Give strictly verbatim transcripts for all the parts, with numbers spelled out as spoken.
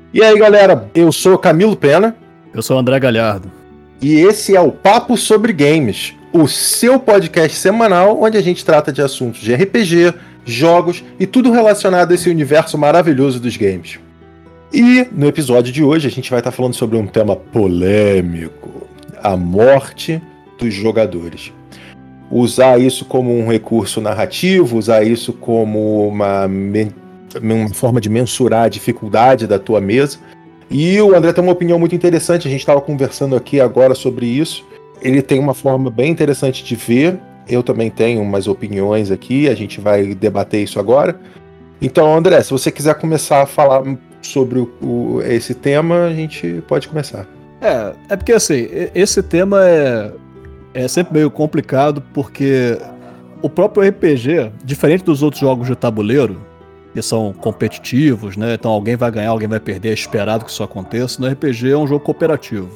E aí, galera, eu sou Camilo Pena. Eu sou o André Galhardo. E esse é o Papo sobre Games, o seu podcast semanal onde a gente trata de assuntos de R P G, jogos e tudo relacionado a esse universo maravilhoso dos games. E no episódio de hoje a gente vai estar falando sobre um tema polêmico: a morte dos jogadores. Usar isso como um recurso narrativo, usar isso como uma, uma forma de mensurar a dificuldade da tua mesa. E o André tem uma opinião muito interessante, a gente estava conversando aqui agora sobre isso. Ele tem uma forma bem interessante de ver, eu também tenho umas opiniões aqui, a gente vai debater isso agora. Então, André, se você quiser começar a falar sobre o, o, esse tema, a gente pode começar. É, é porque assim, esse tema é, é sempre meio complicado, porque o próprio R P G, diferente dos outros jogos de tabuleiro, que são competitivos, né? Então alguém vai ganhar, alguém vai perder, é esperado que isso aconteça. No R P G é um jogo cooperativo.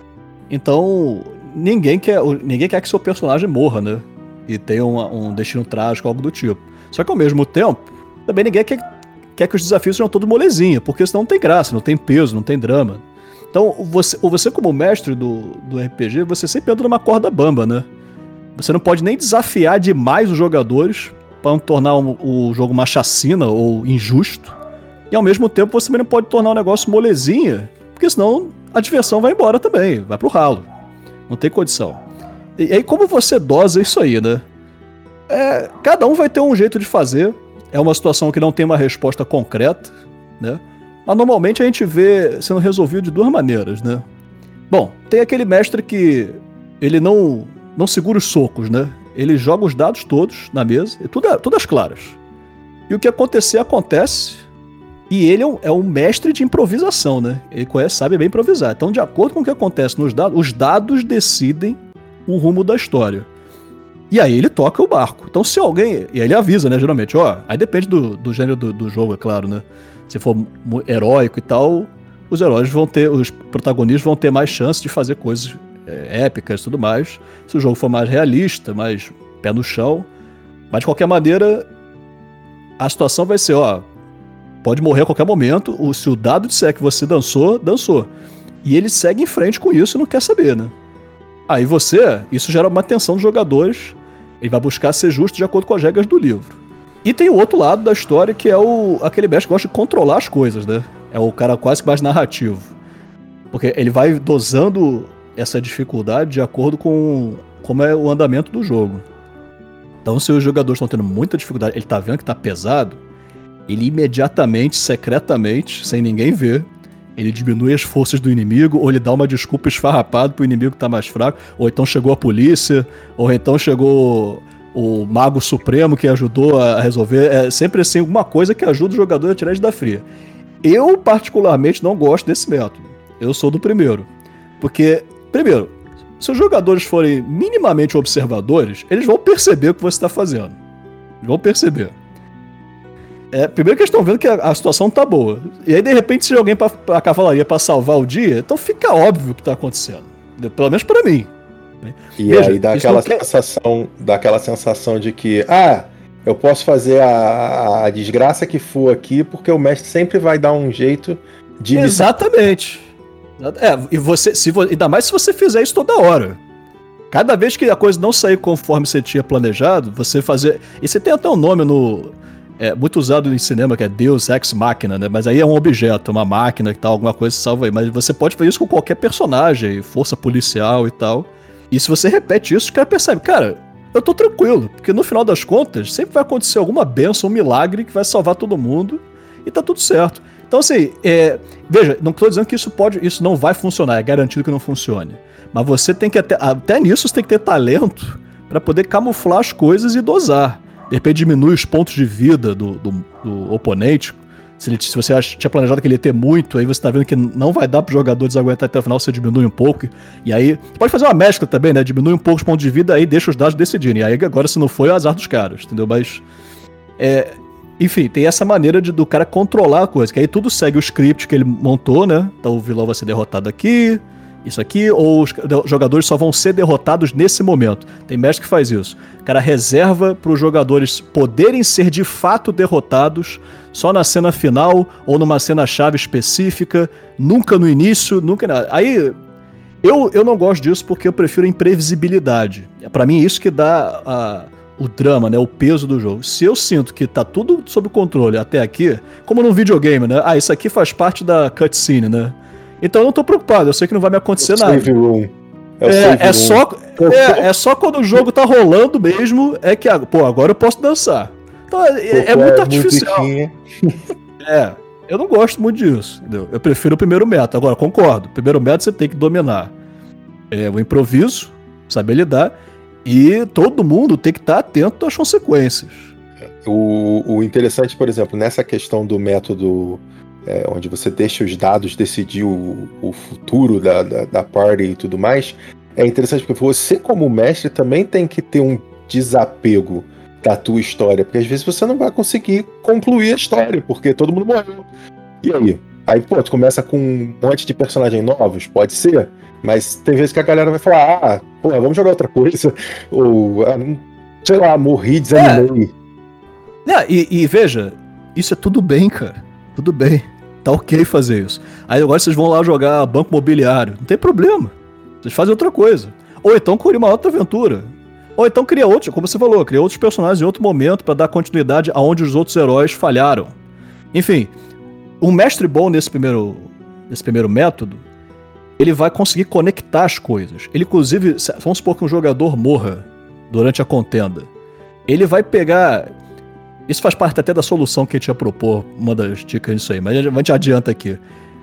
Então, ninguém quer, ninguém quer que seu personagem morra, né? E tenha um, um destino trágico, algo do tipo. Só que ao mesmo tempo, também ninguém quer, quer que os desafios sejam todos molezinha, porque senão não tem graça, não tem peso, não tem drama. Então, você, você como mestre do, do R P G, você sempre anda numa corda bamba, né? Você não pode nem desafiar demais os jogadores para tornar o, o jogo uma chacina ou injusto. E ao mesmo tempo você também não pode tornar o negócio molezinha, porque senão a diversão vai embora também, vai pro ralo. Não tem condição. E aí como você dosa isso aí, né? É, cada um vai ter um jeito de fazer. É uma situação que não tem uma resposta concreta, né? Mas normalmente a gente vê sendo resolvido de duas maneiras, né? Bom, tem aquele mestre que ele não, não segura os socos, né? Ele joga os dados todos na mesa, e tudo, tudo às claras. E o que acontecer, acontece. E ele é um, é um mestre de improvisação, né? Ele conhece, sabe bem improvisar. Então, de acordo com o que acontece nos dados, os dados decidem o rumo da história. E aí ele toca o barco. Então, se alguém... E aí ele avisa, né, geralmente. Ó, aí depende do, do gênero do, do jogo, é claro, né? Se for heróico e tal, os heróis vão ter... Os protagonistas vão ter mais chance de fazer coisas é, épicas e tudo mais. Se o jogo for mais realista, mais pé no chão. Mas, de qualquer maneira, a situação vai ser, ó... Pode morrer a qualquer momento. O, se o dado disser que você dançou, dançou. E ele segue em frente com isso e não quer saber, né? Aí você... Isso gera uma tensão dos jogadores. Ele vai buscar ser justo de acordo com as regras do livro. E tem o outro lado da história, que é o aquele mestre que gosta de controlar as coisas, né? É o cara quase que mais narrativo. Porque ele vai dosando essa dificuldade de acordo com como é o andamento do jogo. Então, se os jogadores estão tendo muita dificuldade, ele tá vendo que tá pesado, ele imediatamente, secretamente, sem ninguém ver, ele diminui as forças do inimigo, ou ele dá uma desculpa esfarrapada pro inimigo que tá mais fraco, ou então chegou a polícia, ou então chegou o Mago Supremo que ajudou a resolver. É sempre assim, alguma coisa que ajuda o jogador a tirar ele da fria. Eu, particularmente, não gosto desse método. Eu sou do primeiro. Porque, primeiro, se os jogadores forem minimamente observadores, eles vão perceber o que você está fazendo. Eles vão perceber. É, primeiro que eles estão vendo que a, a situação tá boa. E aí, de repente, se alguém pra, pra cavalaria para salvar o dia, então fica óbvio o que tá acontecendo. Pelo menos para mim. E Veja, aí dá aquela sensação, dá aquela sensação de que, ah, eu posso fazer a, a desgraça que for aqui, porque o mestre sempre vai dar um jeito de... Exatamente. É, e você, se, ainda mais se você fizer isso toda hora. Cada vez que a coisa não sair conforme você tinha planejado, você fazer... E você tem até um nome no... É muito usado em cinema, que é Deus Ex Machina, né? Mas aí é um objeto, uma máquina e tal, alguma coisa que salva aí. Mas você pode fazer isso com qualquer personagem, força policial e tal. E se você repete isso, os caras percebem, cara, eu tô tranquilo, porque no final das contas, sempre vai acontecer alguma bênção, um milagre que vai salvar todo mundo e tá tudo certo. Então, assim, é, veja, não tô dizendo que isso pode, isso não vai funcionar, é garantido que não funcione. Mas você tem que, até, até nisso, você tem que ter talento para poder camuflar as coisas e dosar. De repente diminui os pontos de vida do, do, do oponente. Se, ele, se você acha, tinha planejado que ele ia ter muito, aí você tá vendo que não vai dar pro jogador desaguentar até o final, você diminui um pouco. E aí, pode fazer uma mescla também, né? Diminui um pouco os pontos de vida, aí deixa os dados decidirem. E aí agora, se não foi, é o azar dos caras, entendeu? Mas, é, enfim, tem essa maneira de, do cara controlar a coisa, que aí tudo segue o script que ele montou, né? Então o vilão vai ser derrotado aqui, isso aqui, ou os jogadores só vão ser derrotados nesse momento. Tem mestre que faz isso. O cara reserva para os jogadores poderem ser de fato derrotados só na cena final ou numa cena-chave específica, nunca no início, nunca nada. Aí, eu, eu não gosto disso porque eu prefiro a imprevisibilidade. Para mim, é isso que dá a, o drama, né, o peso do jogo. Se eu sinto que tá tudo sob controle até aqui, como num videogame, né? Ah, isso aqui faz parte da cutscene, né? Então eu não tô preocupado, eu sei que não vai me acontecer o nada. Save room. É, é, é, só, é, é só quando o jogo tá rolando mesmo, é que, pô, agora eu posso dançar. Então é, é muito artificial. É, eu não gosto muito disso, entendeu? Eu prefiro o primeiro método. Agora, concordo, o primeiro método você tem que dominar é, o improviso, saber lidar, e todo mundo tem que estar atento às consequências. O, o interessante, por exemplo, nessa questão do método... É, onde você deixa os dados decidir o, o futuro da, da, da party e tudo mais, é interessante porque você, como mestre, também tem que ter um desapego da tua história, porque às vezes você não vai conseguir concluir a história, porque todo mundo morreu. E aí? Aí, pô, tu começa com um monte de personagens novos, pode ser, mas tem vezes que a galera vai falar, ah, pô, vamos jogar outra coisa, ou, ah, sei lá, morri, desanimei. É. É, e, e veja, isso é tudo bem, cara, tudo bem. Tá ok fazer isso. Aí agora vocês vão lá jogar banco imobiliário. Não tem problema. Vocês fazem outra coisa. Ou então cria uma outra aventura. Ou então cria outros, como você falou, cria outros personagens em outro momento pra dar continuidade aonde os outros heróis falharam. Enfim, um mestre bom nesse primeiro, nesse primeiro método, ele vai conseguir conectar as coisas. Ele, inclusive, vamos supor que um jogador morra durante a contenda. Ele vai pegar... Isso faz parte até da solução que a gente ia propor, uma das dicas disso aí, mas a gente adianta aqui.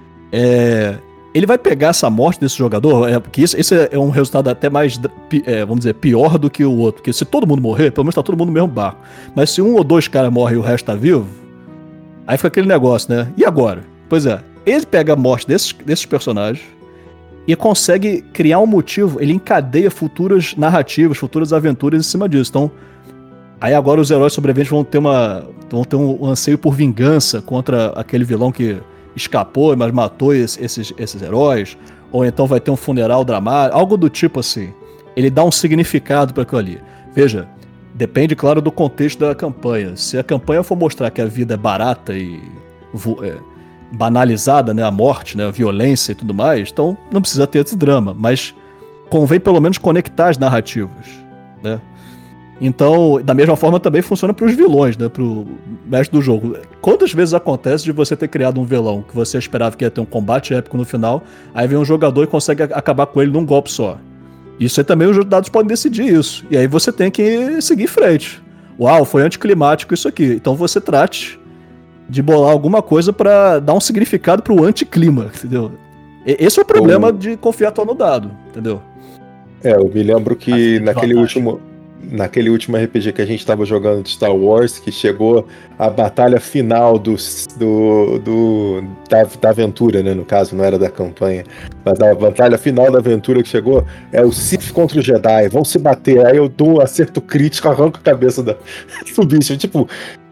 É, ele vai pegar essa morte desse jogador, é, porque isso, isso é um resultado até mais, é, vamos dizer, pior do que o outro, porque se todo mundo morrer, pelo menos tá todo mundo no mesmo barco. Mas se um ou dois caras morrem e o resto tá vivo, aí fica aquele negócio, né? E agora? Pois é, ele pega a morte desses, desses personagens e consegue criar um motivo, ele encadeia futuras narrativas, futuras aventuras em cima disso. Então, aí agora os heróis sobreviventes vão ter, uma, vão ter um anseio por vingança contra aquele vilão que escapou, mas matou esses, esses heróis. Ou então vai ter um funeral dramático, algo do tipo assim. Ele dá um significado para aquilo ali. Veja, depende, claro, do contexto da campanha. Se a campanha for mostrar que a vida é barata e é, banalizada, né, a morte, né, a violência e tudo mais, então não precisa ter esse drama. Mas convém pelo menos conectar as narrativas, né? Então, da mesma forma também funciona para os vilões, né, para o mestre do jogo. Quantas vezes acontece de você ter criado um vilão que você esperava que ia ter um combate épico no final, aí vem um jogador e consegue acabar com ele num golpe só. Isso aí também os dados podem decidir isso. E aí você tem que seguir em frente. Uau, foi anticlimático isso aqui. Então você trate de bolar alguma coisa para dar um significado para o anticlima, entendeu? Esse é o problema Bom, de confiar todo no dado, entendeu? É, eu me lembro que naquele último... Naquele último R P G que a gente estava jogando de Star Wars, que chegou a batalha final do, do, do, da, da aventura, né? No caso, não era da campanha, mas a batalha final da aventura que chegou é o Sith contra o Jedi, vão se bater. Aí eu dou um acerto crítico, arranco a cabeça da, do bicho. Tipo,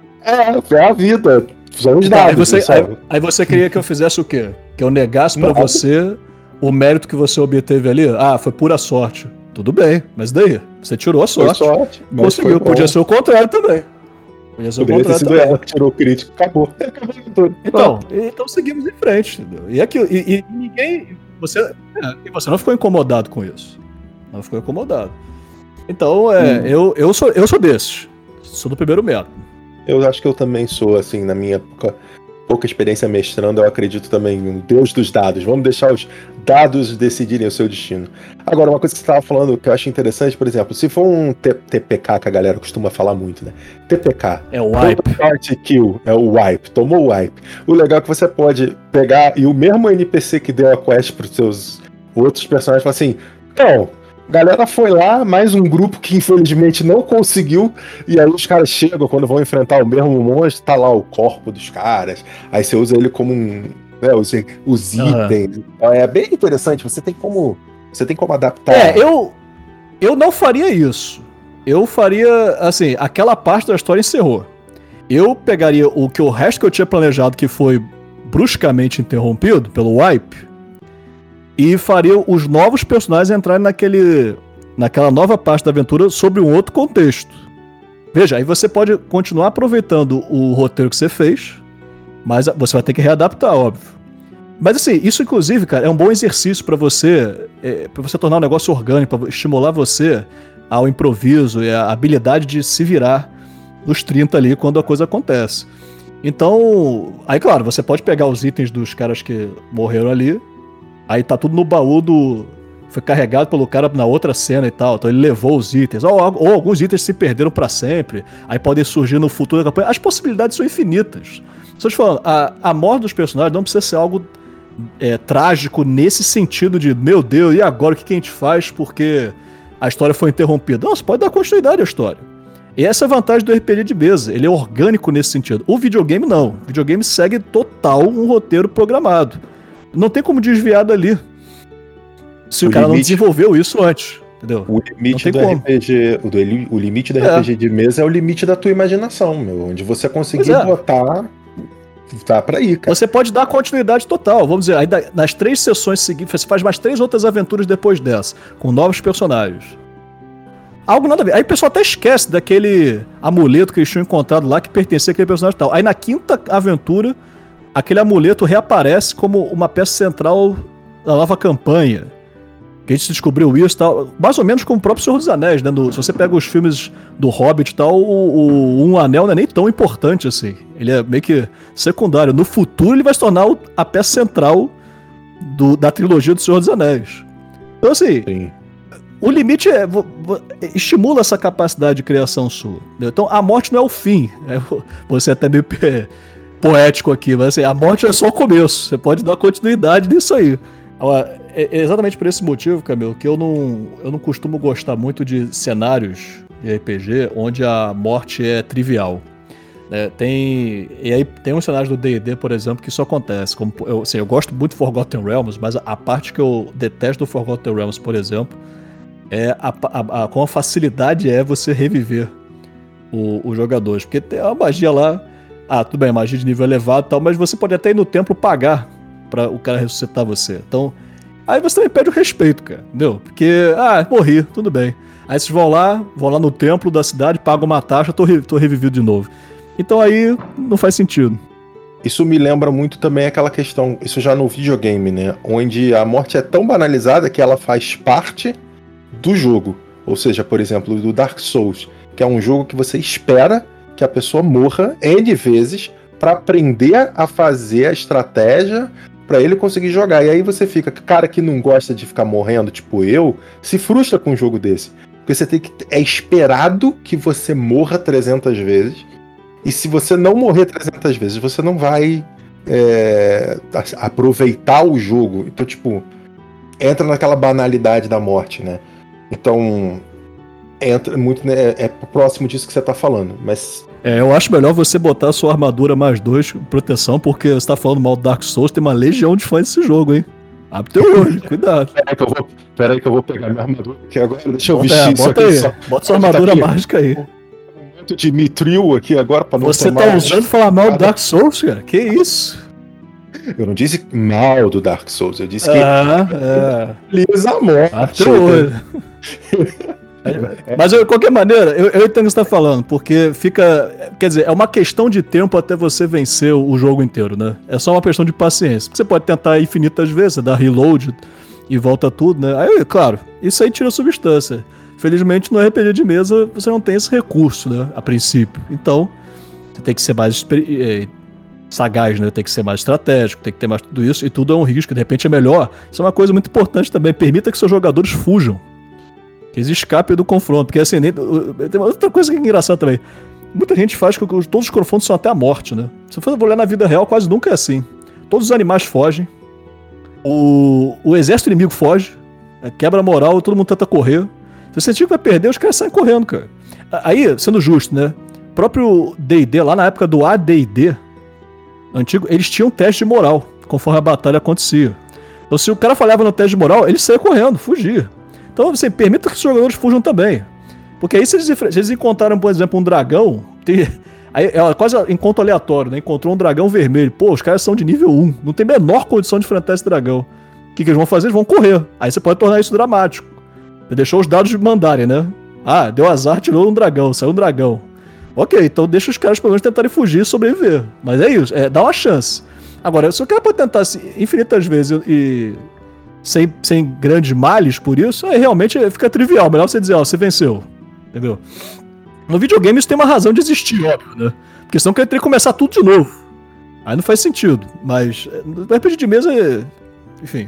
é, é a vida. São os dados. Aí você, aí, aí você queria que eu fizesse o quê? Que eu negasse pra você o mérito que você obteve ali? Ah, foi pura sorte. Tudo bem, mas daí? Você tirou a sorte. Foi sorte, conseguiu. Podia ser o contrário também. Podia ser Poderia o contrário ter sido também. ela que tirou o crítico. Acabou. Acabou tudo. Então, então seguimos em frente. Entendeu? E, aqui, e, e ninguém... Você, é, e você não ficou incomodado com isso. Não ficou incomodado. Então, é, hum. eu, eu, sou, eu sou desses. Sou do primeiro método. Eu acho que eu também sou, assim, na minha pouca, pouca experiência mestrando, eu acredito também no Deus dos dados. Vamos deixar os dados decidirem o seu destino. Agora, uma coisa que você estava falando que eu acho interessante, por exemplo, se for um T P K, que a galera costuma falar muito, né? T P K. É o wipe. Party kill. É o wipe. Tomou o wipe. O legal é que você pode pegar e o mesmo N P C que deu a quest para os seus outros personagens fala assim, então, galera foi lá, mais um grupo que infelizmente não conseguiu, e aí os caras chegam, quando vão enfrentar o mesmo monstro, tá lá o corpo dos caras, aí você usa ele como um... É, os, os uhum. itens. É bem interessante, você tem como você tem como adaptar. É, eu, eu não faria isso. Eu faria, assim, aquela parte da história encerrou. Eu pegaria o que o resto que eu tinha planejado, que foi bruscamente interrompido pelo wipe, e faria os novos personagens entrarem naquele, naquela nova parte da aventura sobre um outro contexto. Veja, aí você pode continuar aproveitando o roteiro que você fez, mas você vai ter que readaptar, óbvio. Mas assim, isso inclusive, cara, é um bom exercício pra você, é, para você tornar o negócio orgânico, pra estimular você ao improviso e a habilidade de se virar nos trinta ali quando a coisa acontece. Então, aí claro, você pode pegar os itens dos caras que morreram ali, aí tá tudo no baú do... foi carregado pelo cara na outra cena e tal, então ele levou os itens, ou, ou alguns itens se perderam pra sempre, aí podem surgir no futuro da campanha. As possibilidades são infinitas. Estou te falando, a, a morte dos personagens não precisa ser algo é, trágico nesse sentido de, meu Deus, e agora o que, que a gente faz porque a história foi interrompida? Não, você pode dar continuidade à história. E essa é a vantagem do R P G de mesa, ele é orgânico nesse sentido. O videogame não, o videogame segue total um roteiro programado. Não tem como desviar dali. Se o, o cara limite, não desenvolveu isso antes, entendeu? O limite do como. R P G, o, do, o limite do é. R P G de mesa é o limite da tua imaginação, meu, onde você conseguir é. botar, tá pra ir, cara. Você pode dar continuidade total, vamos dizer, aí nas três sessões seguintes, você faz mais três outras aventuras depois dessa, com novos personagens. Algo nada a ver. Aí o pessoal até esquece daquele amuleto que eles tinham encontrado lá que pertencia àquele personagem e tal. Aí na quinta aventura, aquele amuleto reaparece como uma peça central da nova campanha. Que a gente descobriu isso e tal. Mais ou menos como o próprio Senhor dos Anéis, né? No, se você pega os filmes do Hobbit e tal, o, o Um Anel não é nem tão importante assim. Ele é meio que secundário. No futuro ele vai se tornar o, a peça central do, da trilogia do Senhor dos Anéis. Então assim... Sim. O limite é, estimula essa capacidade de criação sua. Entendeu? Então a morte não é o fim. É, você é até meio poético aqui, mas assim, a morte é só o começo. Você pode dar continuidade nisso aí. É exatamente por esse motivo, Camilo, que eu não, eu não costumo gostar muito de cenários de R P G onde a morte é trivial. É, tem, e aí tem uns cenários do D e D, por exemplo, que isso acontece. Como, eu, assim, eu gosto muito de Forgotten Realms, mas a, a parte que eu detesto do Forgotten Realms, por exemplo, é a, a, a, com a facilidade é você reviver os jogadores. Porque tem uma magia lá, ah, tudo bem, magia de nível elevado e tal, mas você pode até ir no templo pagar pra o cara ressuscitar você. Então, aí você também pede o respeito, cara, entendeu? Porque, ah, morri, tudo bem. Aí vocês vão lá, vão lá no templo da cidade, pagam uma taxa, tô, re, tô revivido de novo. Então aí não faz sentido. Isso me lembra muito também aquela questão, isso já no videogame, né? Onde a morte é tão banalizada que ela faz parte do jogo. Ou seja, por exemplo, do Dark Souls, que é um jogo que você espera que a pessoa morra N vezes para aprender a fazer a estratégia para ele conseguir jogar. E aí você fica, cara que não gosta de ficar morrendo, tipo eu, se frustra com um jogo desse. Porque você tem que é esperado que você morra trezentas vezes. E se você não morrer trezentas vezes, você não vai é, aproveitar o jogo. Então, tipo, entra naquela banalidade da morte, né? Então, entra muito, né, é, é próximo disso que você tá falando, mas... É, eu acho melhor você botar a sua armadura mais dois proteção, porque você tá falando mal do Dark Souls, tem uma legião de fãs desse jogo, hein? Abre teu olho, cuidado. Pera aí, que eu vou, pera aí que eu vou pegar minha armadura, que agora deixa eu bota, vestir é, isso bota aqui. Aí. Só, bota sua armadura tá mágica aí. Momento de Mithril aqui agora, pra não Você tomar... tá usando falar mal do Dark Souls, cara? Que isso? Eu não disse mal do Dark Souls, eu disse que... Ah, é. Lisa a morte. Abre teu olho. Mas de qualquer maneira, eu, eu entendo o que você tá falando, porque fica, quer dizer, é uma questão de tempo até você vencer o jogo inteiro, né? É só uma questão de paciência. Você pode tentar infinitas vezes, dar reload e volta tudo, né? Aí, claro, isso aí tira substância. Felizmente no R P G de mesa você não tem esse recurso, né? A princípio. Então, você tem que ser mais é, sagaz, né? Tem que ser mais estratégico, tem que ter mais tudo isso, e tudo é um risco, de repente é melhor. Isso é uma coisa muito importante também, permita que seus jogadores fujam. Que eles escapem do confronto, porque assim, nem, tem uma outra coisa que é engraçada também. Muita gente faz que todos os confrontos são até a morte, né? Se você for olhar na vida real, quase nunca é assim. Todos os animais fogem, o, o exército inimigo foge, quebra a moral, todo mundo tenta correr. Se você sentir que vai perder, os caras saem correndo, cara. Aí, sendo justo, né? O próprio D e D, lá na época do A D e D, antigo, eles tinham teste de moral, conforme a batalha acontecia. Então se o cara falhava no teste de moral, ele saía correndo, fugia. Então, você permita que os jogadores fujam também. Porque aí, se eles, se eles encontraram, por exemplo, um dragão, tem, aí é quase encontro aleatório, né? Encontrou um dragão vermelho. Pô, os caras são de nível um. Não tem a menor condição de enfrentar esse dragão. O que, que eles vão fazer? Eles vão correr. Aí você pode tornar isso dramático. Você deixou os dados mandarem, né? Ah, deu azar, tirou um dragão, saiu um dragão. Ok, então deixa os caras pelo menos tentarem fugir e sobreviver. Mas é isso, é, dá uma chance. Agora, se o cara pode tentar infinitas vezes e sem, sem grandes males por isso, aí realmente fica trivial. Melhor você dizer, ó, você venceu. Entendeu? No videogame isso tem uma razão de existir, óbvio, né? Porque senão eu teria que começar tudo de novo. Aí não faz sentido. Mas no R P G de mesa, enfim...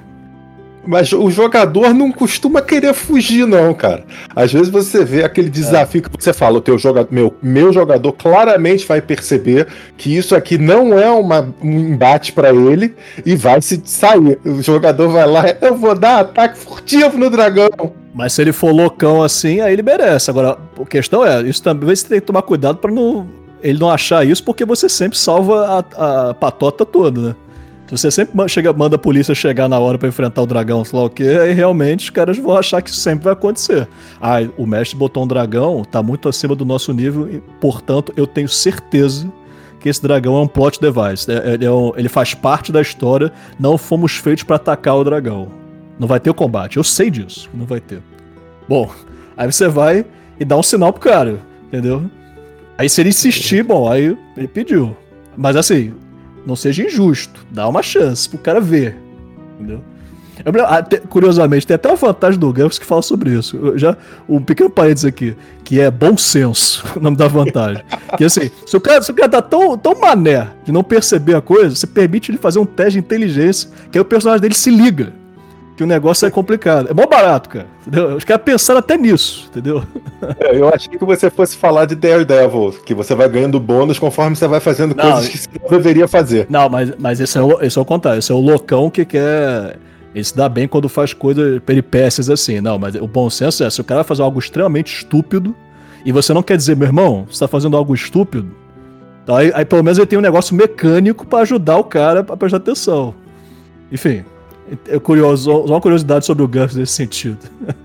Mas o jogador não costuma querer fugir, não, cara. Às vezes você vê aquele desafio é. que você fala, o teu jogador, meu, meu jogador claramente vai perceber que isso aqui não é uma, um embate pra ele e vai se sair. O jogador vai lá, eu vou dar ataque furtivo no dragão. Mas se ele for loucão assim, aí ele merece. Agora, a questão é, isso também você tem que tomar cuidado pra não, ele não achar isso, porque você sempre salva a, a patota toda, né? Se você sempre chega, manda a polícia chegar na hora pra enfrentar o dragão, sei lá o quê, aí realmente os caras vão achar que isso sempre vai acontecer. Ah, o mestre botou um dragão, tá muito acima do nosso nível, e, portanto, eu tenho certeza que esse dragão é um plot device. Ele, é um, ele faz parte da história, não fomos feitos pra atacar o dragão. Não vai ter o combate, eu sei disso, não vai ter. Bom, aí você vai e dá um sinal pro cara, entendeu? Aí se ele insistir, bom, aí ele pediu. Mas assim... Não seja injusto, dá uma chance pro cara ver, entendeu? Eu, até, curiosamente, tem até uma vantagem do Gantz que fala sobre isso. Eu já, um pequeno parênteses aqui, que é bom senso, o nome da vantagem. Que assim, se o cara, se o cara tá tão, tão mané de não perceber a coisa, você permite ele fazer um teste de inteligência, que aí o personagem dele se liga que o negócio é complicado. É mó barato, cara, entendeu? Os caras pensaram até nisso, entendeu? É, eu achei que você fosse falar de Daredevil, que você vai ganhando bônus conforme você vai fazendo não, coisas que você não deveria fazer. Não, mas, mas esse, é o, esse é o contrário. Esse é o loucão que quer... Ele se dá bem quando faz coisas, peripécias assim. Não, mas o bom senso é, se o cara vai fazer algo extremamente estúpido, e você não quer dizer, meu irmão, você tá fazendo algo estúpido, então aí, aí pelo menos ele tem um negócio mecânico pra ajudar o cara a prestar atenção. Enfim... É curioso, uma curiosidade sobre o Gantz nesse sentido.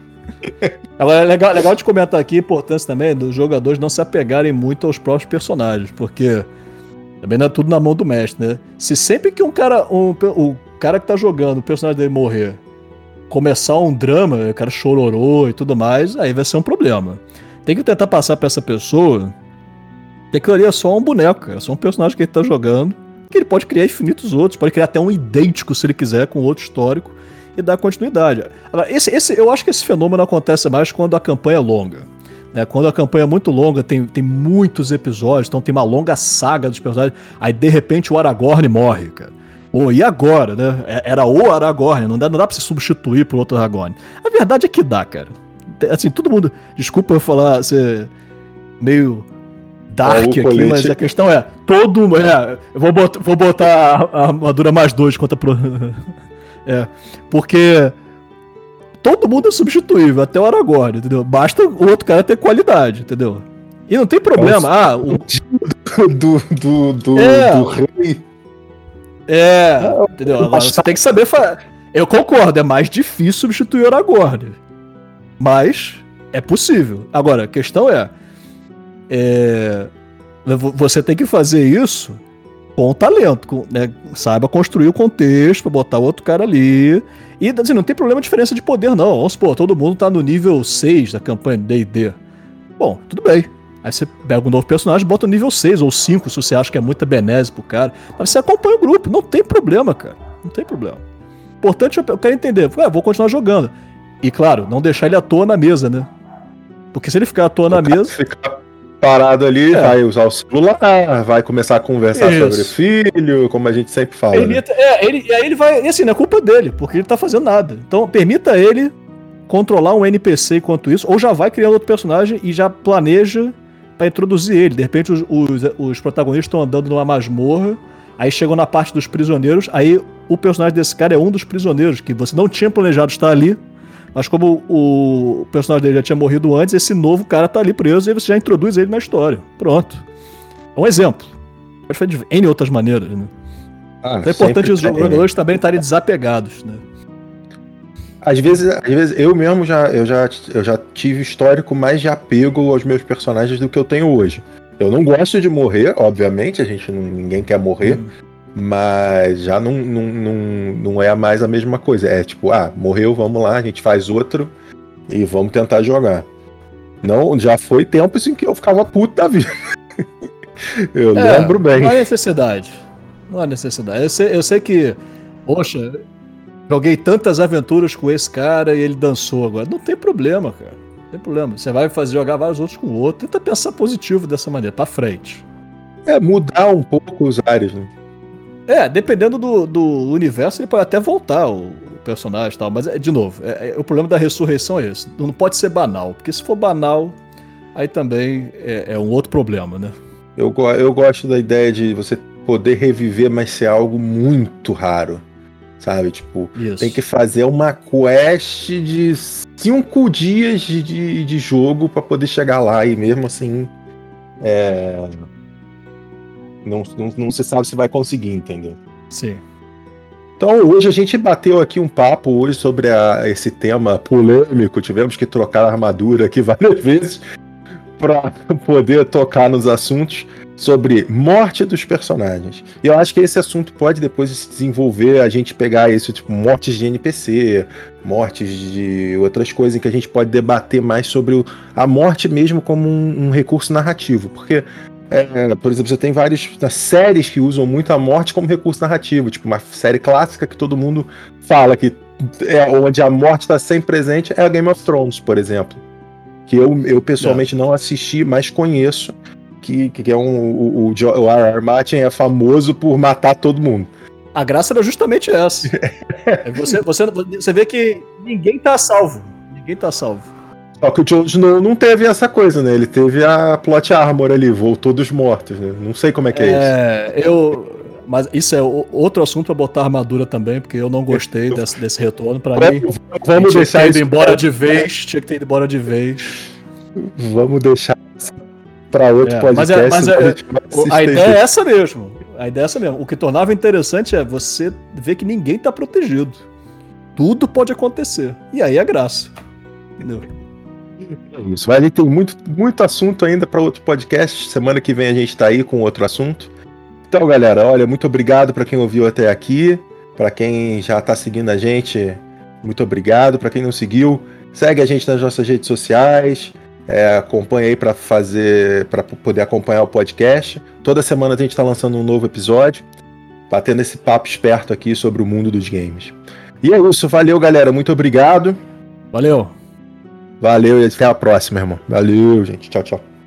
Agora, é legal, legal de comentar aqui a importância também dos jogadores não se apegarem muito aos próprios personagens, porque também não é tudo na mão do mestre, né? Se sempre que um cara, um, o cara que tá jogando, o personagem dele morrer, começar um drama, o cara chororou e tudo mais, aí vai ser um problema. Tem que tentar passar pra essa pessoa que aquilo ali é só um boneco, cara, é só um personagem que ele tá jogando, que ele pode criar infinitos outros, pode criar até um idêntico se ele quiser, com outro histórico, e dar continuidade. Agora, esse, esse, eu acho que esse fenômeno acontece mais quando a campanha é longa. Né? Quando a campanha é muito longa, tem, tem muitos episódios, então tem uma longa saga dos personagens, aí de repente o Aragorn morre, cara. Ou e agora, né? Era o Aragorn, não dá, não dá pra se substituir por outro Aragorn. A verdade é que dá, cara. Assim, todo mundo... Desculpa eu falar, ser meio... dark é, aqui, mas a questão é, todo é, eu vou botar, vou botar a armadura mais dois contra pro... é, porque todo mundo é substituível, até o Aragorn, entendeu? Basta o outro cara ter qualidade, entendeu? E não tem problema, ah, o do, do, do, é, do rei. É, entendeu? Agora você tem que saber fazer. Eu concordo, é mais difícil substituir o Aragorn, mas é possível. Agora, a questão é É, você tem que fazer isso com talento, com, né, saiba construir o contexto pra botar o outro cara ali. E assim, não tem problema de diferença de poder, não. Vamos supor, todo mundo tá no nível seis da campanha de D e D. Bom, tudo bem. Aí você pega um novo personagem, bota no nível seis ou cinco, se você acha que é muita benese pro cara. Mas você acompanha o grupo, não tem problema, cara. Não tem problema. Importante, eu quero entender. Ah, vou continuar jogando. E claro, não deixar ele à toa na mesa, né? Porque se ele ficar à toa na mesa... Fica parado ali, é. Vai usar o celular, vai começar a conversar Isso. sobre filho, como a gente sempre fala. Permita, né? É, ele, aí ele vai... E assim, não é culpa dele, porque ele tá fazendo nada. Então, permita ele controlar um N P C enquanto isso, ou já vai criando outro personagem e já planeja pra introduzir ele. De repente, os, os, os protagonistas estão andando numa masmorra, aí chegam na parte dos prisioneiros, aí o personagem desse cara é um dos prisioneiros, que você não tinha planejado estar ali, mas como o personagem dele já tinha morrido antes, esse novo cara tá ali preso e você já introduz ele na história. Pronto. É um exemplo. Pode fazer de N outras maneiras, né? Ah, então é importante os jogadores também estarem desapegados, né? Às vezes, às vezes eu mesmo já, eu já, eu já tive histórico mais de apego aos meus personagens do que eu tenho hoje. Eu não gosto de morrer, obviamente, a gente não, ninguém quer morrer, hum. Mas já não, não, não, não é mais a mesma coisa. É tipo, ah, morreu, vamos lá, a gente faz outro e vamos tentar jogar. Não, já foi tempos em que eu ficava puto da vida. Eu é, lembro bem. Não há necessidade. Não há necessidade. Eu sei, eu sei que, poxa, joguei tantas aventuras com esse cara e ele dançou agora. Não tem problema, cara. Não tem problema. Você vai fazer jogar vários outros com o outro. Tenta pensar positivo dessa maneira, pra frente. É, mudar um pouco os ares, né? É, dependendo do, do universo, ele pode até voltar, o, o personagem e tal. Mas, de novo, é, é, o problema da ressurreição é esse. Não pode ser banal. Porque se for banal, aí também é, é um outro problema, né? Eu, eu gosto da ideia de você poder reviver, mas ser algo muito raro. Sabe? Tipo, Isso. tem que fazer uma quest de cinco dias de, de, de jogo pra poder chegar lá. E mesmo assim, é... não, não, não se sabe se vai conseguir, entendeu? Sim. Então hoje a gente bateu aqui um papo hoje sobre a, esse tema polêmico. Tivemos que trocar a armadura aqui várias vezes para poder tocar nos assuntos sobre morte dos personagens. E eu acho que esse assunto pode depois se desenvolver, a gente pegar isso, tipo, mortes de N P C, mortes de outras coisas, em que a gente pode debater mais sobre o, a morte mesmo como um, um recurso narrativo. Porque, é, por exemplo, você tem várias séries que usam muito a morte como recurso narrativo, tipo uma série clássica que todo mundo fala que é onde a morte está sempre presente, é a Game of Thrones, por exemplo. Que eu, eu pessoalmente não. não assisti, mas conheço, que, que é um, o, o, o R R. Martin é famoso por matar todo mundo. A graça era justamente essa. você, você, você vê que ninguém tá salvo. Ninguém tá salvo. Só que o Jon Snow não teve essa coisa, né? Ele teve a plot armor ali, voltou dos mortos, né? Não sei como é que é, é isso. Eu... Mas isso é outro assunto pra botar armadura também, porque eu não gostei desse, desse retorno. Pra vamos, mim, vamos tinha deixar que ter ido embora de vez. Tinha que ter ido embora de vez. Vamos deixar pra outro é, podcast. Mas, é, mas é, a, a ideia é essa mesmo. A ideia é essa mesmo. O que tornava interessante é você ver que ninguém tá protegido. Tudo pode acontecer. E aí é graça. Entendeu? É isso. Mas a gente tem muito, muito assunto ainda para outro podcast. Semana que vem a gente tá aí com outro assunto. Então, galera, olha, muito obrigado para quem ouviu até aqui, para quem já tá seguindo a gente, muito obrigado. Para quem não seguiu, segue a gente nas nossas redes sociais, é, acompanha aí para fazer, para poder acompanhar o podcast. Toda semana a gente tá lançando um novo episódio, batendo esse papo esperto aqui sobre o mundo dos games. E é isso, valeu, galera, muito obrigado. Valeu. Valeu e até a próxima, irmão. Valeu, gente. Tchau, tchau.